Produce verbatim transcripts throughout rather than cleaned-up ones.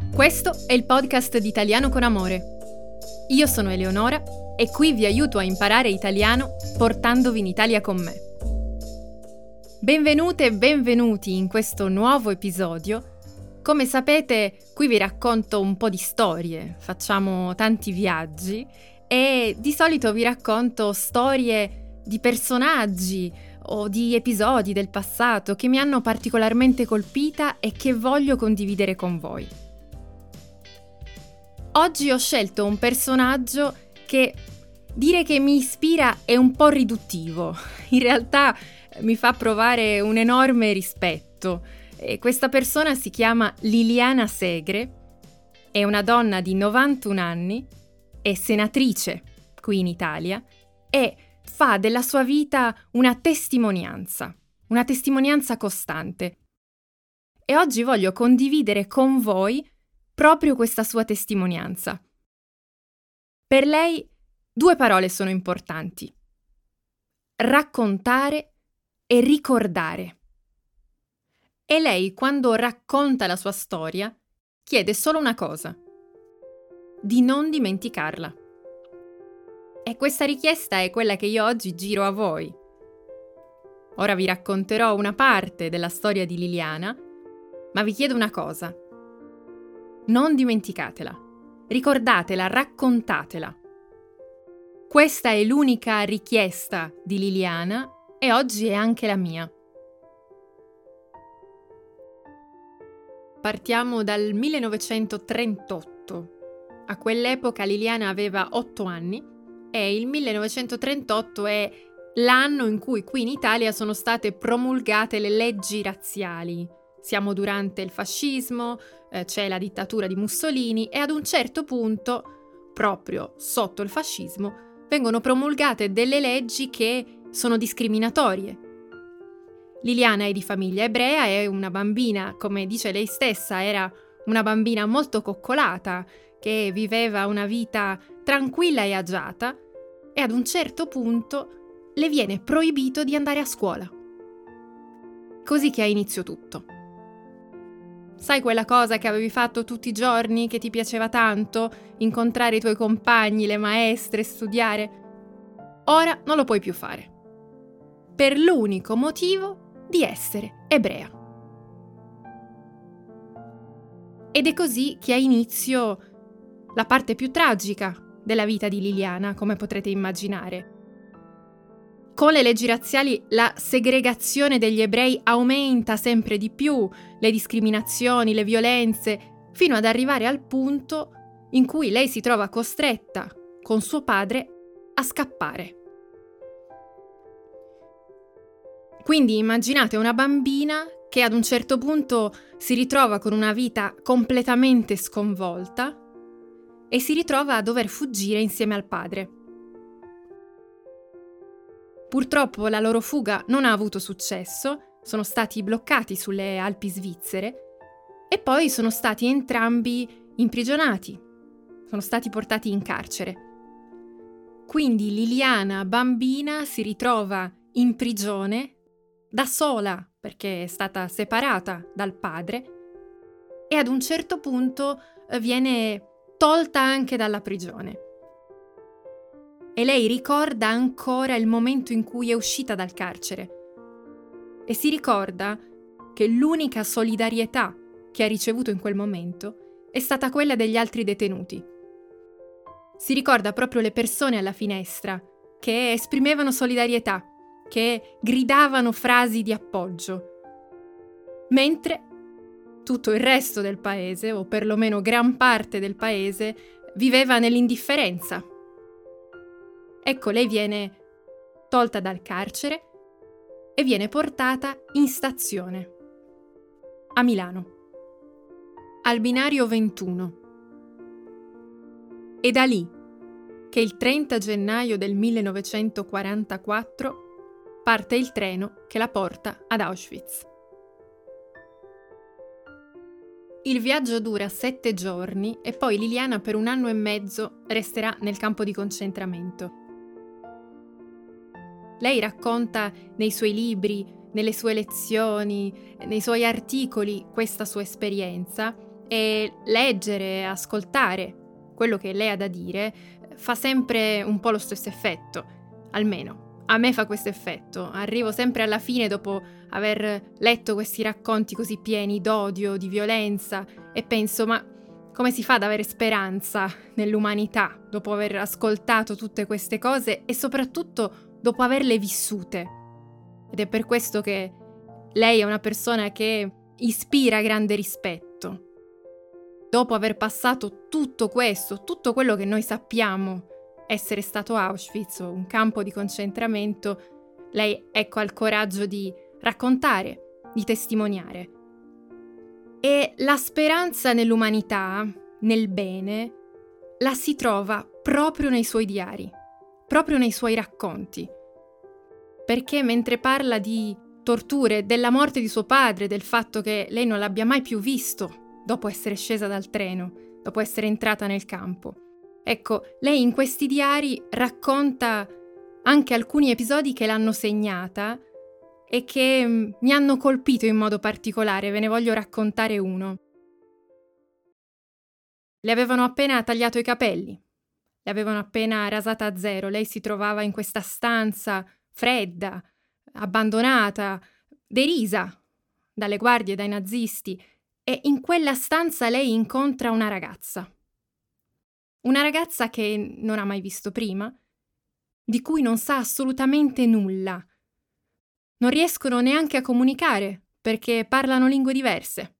Questo è il podcast di Italiano con Amore. Io sono Eleonora e qui vi aiuto a imparare italiano portandovi in Italia con me. Benvenute e benvenuti in questo nuovo episodio. Come sapete, qui vi racconto un po' di storie, facciamo tanti viaggi e di solito vi racconto storie di personaggi o di episodi del passato che mi hanno particolarmente colpita e che voglio condividere con voi. Oggi ho scelto un personaggio che dire che mi ispira è un po' riduttivo. In realtà mi fa provare un enorme rispetto. E questa persona si chiama Liliana Segre, è una donna di novantuno anni, è senatrice qui in Italia e fa della sua vita una testimonianza, una testimonianza costante. E oggi voglio condividere con voi proprio questa sua testimonianza. Per lei due parole sono importanti: raccontare e ricordare. E lei, quando racconta la sua storia, chiede solo una cosa: di non dimenticarla. E questa richiesta è quella che io oggi giro a voi. Ora vi racconterò una parte della storia di Liliana, ma vi chiedo una cosa: non dimenticatela, ricordatela, raccontatela. Questa è l'unica richiesta di Liliana e oggi è anche la mia. Partiamo dal millenovecentotrentotto. A quell'epoca Liliana aveva otto anni e il millenovecentotrentotto è l'anno in cui qui in Italia sono state promulgate le leggi razziali. Siamo durante il fascismo, eh, c'è la dittatura di Mussolini e ad un certo punto, proprio sotto il fascismo, vengono promulgate delle leggi che sono discriminatorie. Liliana è di famiglia ebrea, è una bambina, come dice lei stessa, era una bambina molto coccolata, che viveva una vita tranquilla e agiata, e ad un certo punto le viene proibito di andare a scuola. Così che ha inizio tutto. Sai quella cosa che avevi fatto tutti i giorni, che ti piaceva tanto? Incontrare i tuoi compagni, le maestre, studiare? Ora non lo puoi più fare. Per l'unico motivo di essere ebrea. Ed è così che ha inizio la parte più tragica della vita di Liliana, come potrete immaginare. Con le leggi razziali la segregazione degli ebrei aumenta sempre di più, le discriminazioni, le violenze, fino ad arrivare al punto in cui lei si trova costretta, con suo padre, a scappare. Quindi immaginate una bambina che ad un certo punto si ritrova con una vita completamente sconvolta e si ritrova a dover fuggire insieme al padre. Purtroppo la loro fuga non ha avuto successo, sono stati bloccati sulle Alpi svizzere e poi sono stati entrambi imprigionati, sono stati portati in carcere. Quindi Liliana, bambina, si ritrova in prigione da sola perché è stata separata dal padre e ad un certo punto viene tolta anche dalla prigione. E lei ricorda ancora il momento in cui è uscita dal carcere e si ricorda che l'unica solidarietà che ha ricevuto in quel momento è stata quella degli altri detenuti. Si ricorda proprio le persone alla finestra che esprimevano solidarietà, che gridavano frasi di appoggio, mentre tutto il resto del paese, o perlomeno gran parte del paese, viveva nell'indifferenza. Ecco, lei viene tolta dal carcere e viene portata in stazione, a Milano, al binario ventuno. È da lì che il trenta gennaio del millenovecentoquarantaquattro parte il treno che la porta ad Auschwitz. Il viaggio dura sette giorni e poi Liliana per un anno e mezzo resterà nel campo di concentramento. Lei racconta nei suoi libri, nelle sue lezioni, nei suoi articoli questa sua esperienza e leggere, ascoltare quello che lei ha da dire fa sempre un po' lo stesso effetto, almeno a me fa questo effetto. Arrivo sempre alla fine dopo aver letto questi racconti così pieni d'odio, di violenza e penso: ma come si fa ad avere speranza nell'umanità dopo aver ascoltato tutte queste cose e soprattutto dopo averle vissute? Ed è per questo che lei è una persona che ispira grande rispetto. Dopo aver passato tutto questo, tutto quello che noi sappiamo essere stato Auschwitz, un campo di concentramento, lei ecco ha il coraggio di raccontare, di testimoniare. E la speranza nell'umanità, nel bene, la si trova proprio nei suoi diari, proprio nei suoi racconti. Perché mentre parla di torture, della morte di suo padre, del fatto che lei non l'abbia mai più visto dopo essere scesa dal treno, dopo essere entrata nel campo, ecco, lei in questi diari racconta anche alcuni episodi che l'hanno segnata e che mh, mi hanno colpito in modo particolare, ve ne voglio raccontare uno. Le avevano appena tagliato i capelli, le avevano appena rasata a zero, lei si trovava in questa stanza fredda, abbandonata, derisa dalle guardie, dai nazisti, e in quella stanza lei incontra una ragazza. Una ragazza che non ha mai visto prima, di cui non sa assolutamente nulla. Non riescono neanche a comunicare perché parlano lingue diverse.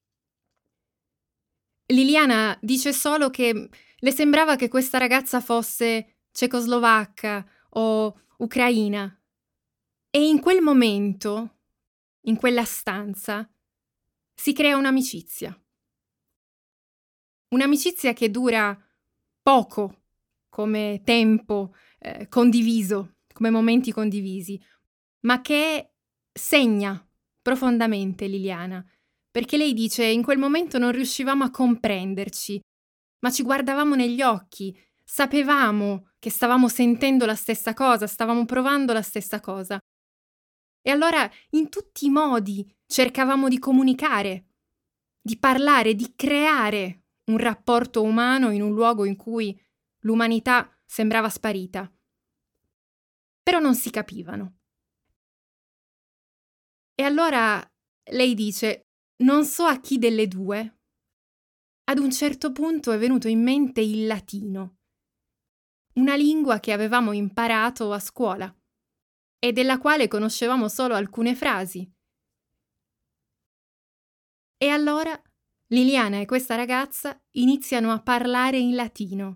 Liliana dice solo che le sembrava che questa ragazza fosse cecoslovacca o ucraina. E in quel momento, in quella stanza, si crea un'amicizia. Un'amicizia che dura poco come tempo eh, condiviso, come momenti condivisi, ma che segna profondamente Liliana, perché lei dice: in quel momento non riuscivamo a comprenderci, ma ci guardavamo negli occhi, sapevamo che stavamo sentendo la stessa cosa, stavamo provando la stessa cosa. E allora in tutti i modi cercavamo di comunicare, di parlare, di creare un rapporto umano in un luogo in cui l'umanità sembrava sparita. Però non si capivano. E allora lei dice: non so a chi delle due, ad un certo punto è venuto in mente il latino, una lingua che avevamo imparato a scuola e della quale conoscevamo solo alcune frasi. E allora Liliana e questa ragazza iniziano a parlare in latino.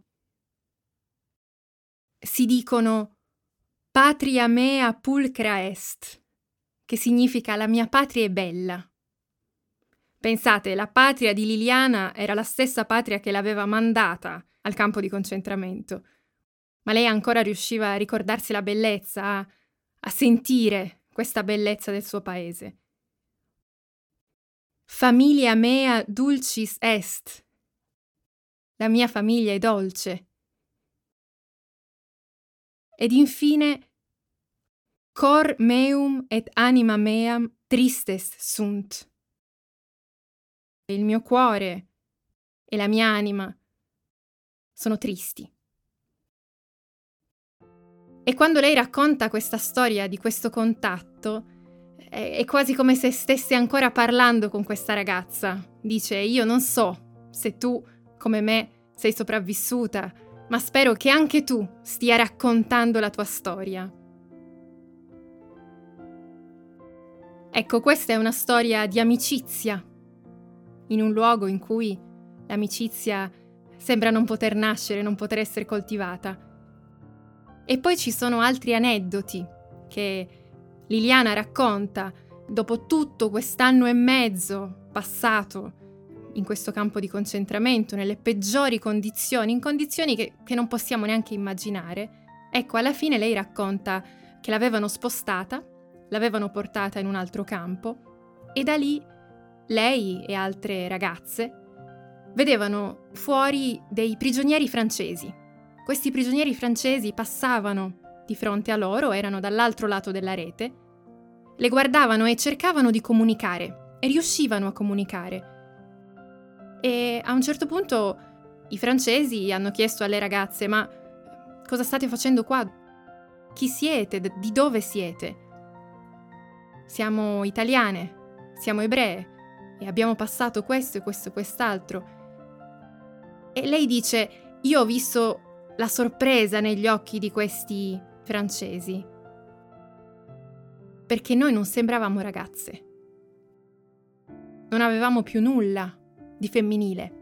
Si dicono patria mea pulcra est, che significa la mia patria è bella. Pensate, la patria di Liliana era la stessa patria che l'aveva mandata al campo di concentramento, ma lei ancora riusciva a ricordarsi la bellezza, a, a sentire questa bellezza del suo paese. Familia mea dulcis est, la mia famiglia è dolce. Ed infine, cor meum et anima meam tristes sunt. Il mio cuore e la mia anima sono tristi. E quando lei racconta questa storia di questo contatto, è, è quasi come se stesse ancora parlando con questa ragazza. Dice: io non so se tu, come me, sei sopravvissuta, ma spero che anche tu stia raccontando la tua storia. Ecco, questa è una storia di amicizia, in un luogo in cui l'amicizia sembra non poter nascere, non poter essere coltivata. E poi ci sono altri aneddoti che Liliana racconta dopo tutto quest'anno e mezzo passato in questo campo di concentramento, nelle peggiori condizioni, in condizioni che, che non possiamo neanche immaginare. Ecco, alla fine lei racconta che l'avevano spostata, l'avevano portata in un altro campo e da lì lei e altre ragazze vedevano fuori dei prigionieri francesi. Questi prigionieri francesi passavano di fronte a loro, erano dall'altro lato della rete, le guardavano e cercavano di comunicare e riuscivano a comunicare. E a un certo punto i francesi hanno chiesto alle ragazze: ma cosa state facendo qua? Chi siete? Di dove siete? Siamo italiane, siamo ebree e abbiamo passato questo e questo e quest'altro. E lei dice: io ho visto la sorpresa negli occhi di questi francesi, perché noi non sembravamo ragazze, non avevamo più nulla di femminile.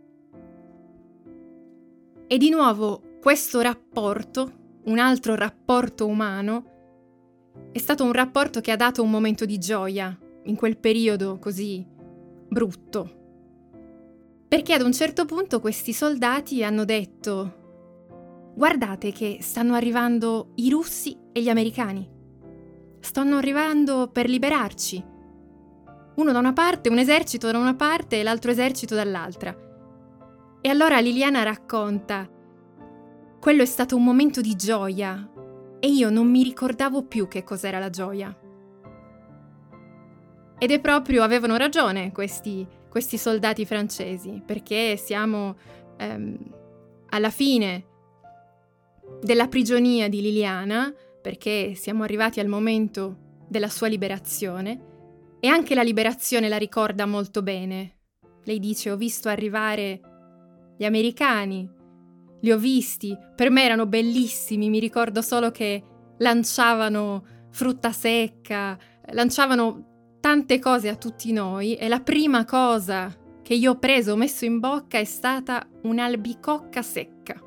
E di nuovo questo rapporto, un altro rapporto umano, è stato un rapporto che ha dato un momento di gioia in quel periodo così brutto. Perché ad un certo punto questi soldati hanno detto: guardate che stanno arrivando i russi e gli americani. Stanno arrivando per liberarci. Uno da una parte, un esercito da una parte e l'altro esercito dall'altra. E allora Liliana racconta: quello è stato un momento di gioia e io non mi ricordavo più che cos'era la gioia. Ed è proprio, avevano ragione questi, questi soldati francesi, perché siamo ehm, alla fine della prigionia di Liliana, perché siamo arrivati al momento della sua liberazione, e anche la liberazione la ricorda molto bene. Lei dice: ho visto arrivare gli americani, li ho visti, per me erano bellissimi, mi ricordo solo che lanciavano frutta secca, lanciavano tante cose a tutti noi, e la prima cosa che io ho preso, ho messo in bocca, è stata un'albicocca secca.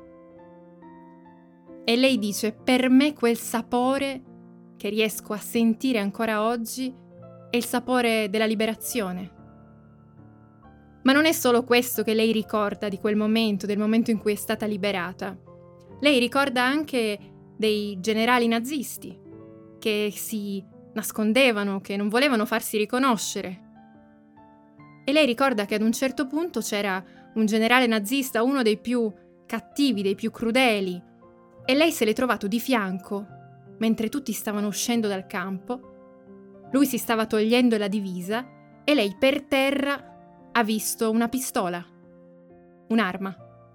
E lei dice: per me quel sapore che riesco a sentire ancora oggi è il sapore della liberazione. Ma non è solo questo che lei ricorda di quel momento, del momento in cui è stata liberata. Lei ricorda anche dei generali nazisti che si nascondevano, che non volevano farsi riconoscere. E lei ricorda che ad un certo punto c'era un generale nazista, uno dei più cattivi, dei più crudeli, e lei se l'è trovato di fianco mentre tutti stavano uscendo dal campo. Lui si stava togliendo la divisa e lei per terra ha visto una pistola, un'arma.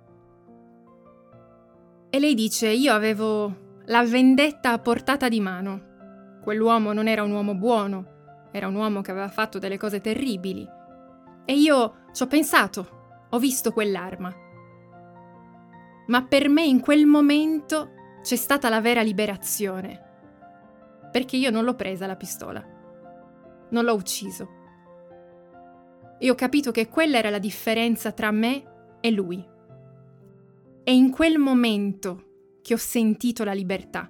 E lei dice: io avevo la vendetta a portata di mano. Quell'uomo non era un uomo buono, era un uomo che aveva fatto delle cose terribili. E io ci ho pensato, ho visto quell'arma. Ma per me in quel momento c'è stata la vera liberazione, perché io non l'ho presa la pistola, non l'ho ucciso. E ho capito che quella era la differenza tra me e lui. È in quel momento che ho sentito la libertà.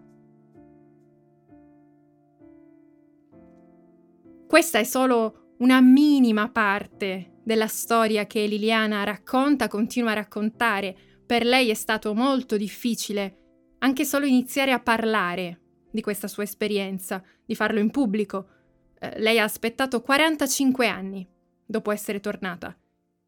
Questa è solo una minima parte della storia che Liliana racconta, continua a raccontare. Per lei è stato molto difficile anche solo iniziare a parlare di questa sua esperienza, di farlo in pubblico. Eh, lei ha aspettato quarantacinque anni dopo essere tornata.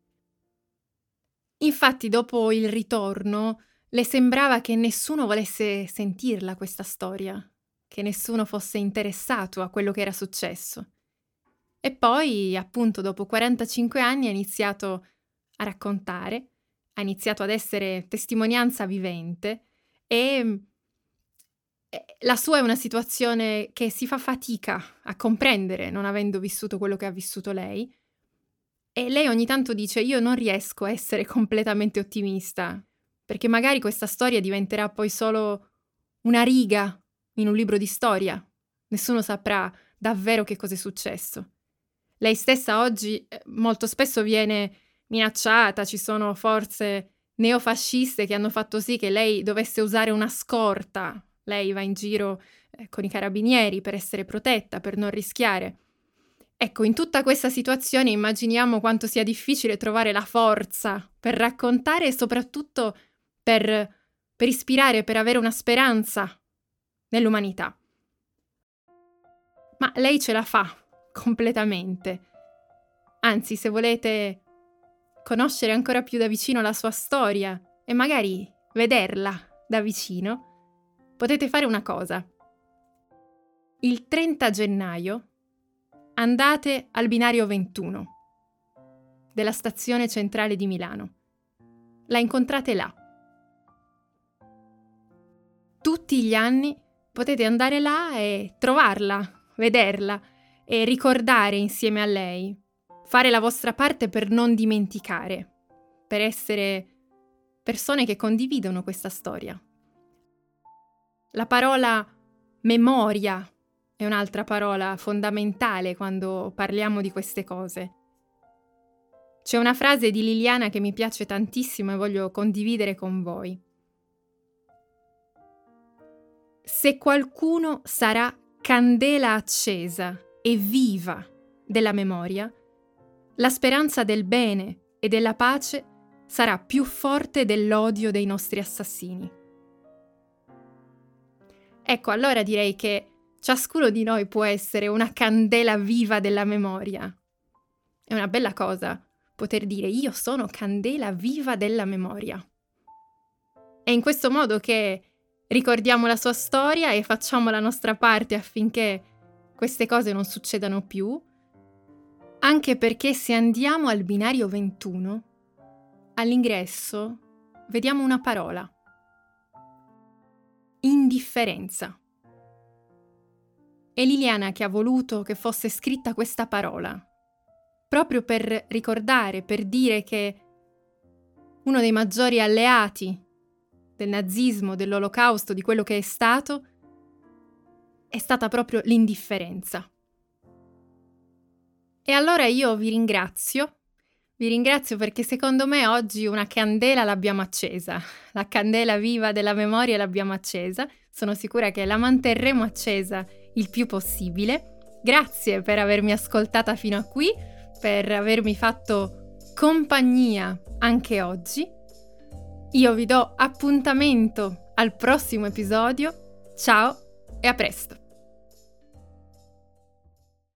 Infatti, dopo il ritorno, le sembrava che nessuno volesse sentirla questa storia, che nessuno fosse interessato a quello che era successo. E poi, appunto, dopo quarantacinque anni ha iniziato a raccontare, ha iniziato ad essere testimonianza vivente, e la sua è una situazione che si fa fatica a comprendere, non avendo vissuto quello che ha vissuto lei. E lei ogni tanto dice: io non riesco a essere completamente ottimista, perché magari questa storia diventerà poi solo una riga in un libro di storia. Nessuno saprà davvero che cosa è successo. Lei stessa oggi molto spesso viene minacciata, ci sono forze neofasciste che hanno fatto sì che lei dovesse usare una scorta. Lei va in giro eh, con i carabinieri per essere protetta, per non rischiare. Ecco, in tutta questa situazione immaginiamo quanto sia difficile trovare la forza per raccontare e soprattutto per, per ispirare, per avere una speranza nell'umanità. Ma lei ce la fa completamente. Anzi, se volete conoscere ancora più da vicino la sua storia e magari vederla da vicino, potete fare una cosa. Il trenta gennaio andate al binario ventuno della stazione centrale di Milano. La incontrate là. Tutti gli anni potete andare là e trovarla, vederla e ricordare insieme a lei, fare la vostra parte per non dimenticare, per essere persone che condividono questa storia. La parola memoria è un'altra parola fondamentale quando parliamo di queste cose. C'è una frase di Liliana che mi piace tantissimo e voglio condividere con voi. Se qualcuno sarà candela accesa e viva della memoria, la speranza del bene e della pace sarà più forte dell'odio dei nostri assassini. Ecco, allora direi che ciascuno di noi può essere una candela viva della memoria. È una bella cosa poter dire io sono candela viva della memoria. È in questo modo che ricordiamo la sua storia e facciamo la nostra parte affinché queste cose non succedano più, anche perché se andiamo al binario ventuno, all'ingresso vediamo una parola. Indifferenza. È Liliana che ha voluto che fosse scritta questa parola, proprio per ricordare, per dire che uno dei maggiori alleati del nazismo, dell'olocausto, di quello che è stato, è stata proprio l'indifferenza. E allora io vi ringrazio, vi ringrazio perché secondo me oggi una candela l'abbiamo accesa, la candela viva della memoria l'abbiamo accesa, sono sicura che la manterremo accesa il più possibile. Grazie per avermi ascoltata fino a qui, per avermi fatto compagnia anche oggi. Io vi do appuntamento al prossimo episodio. Ciao e a presto!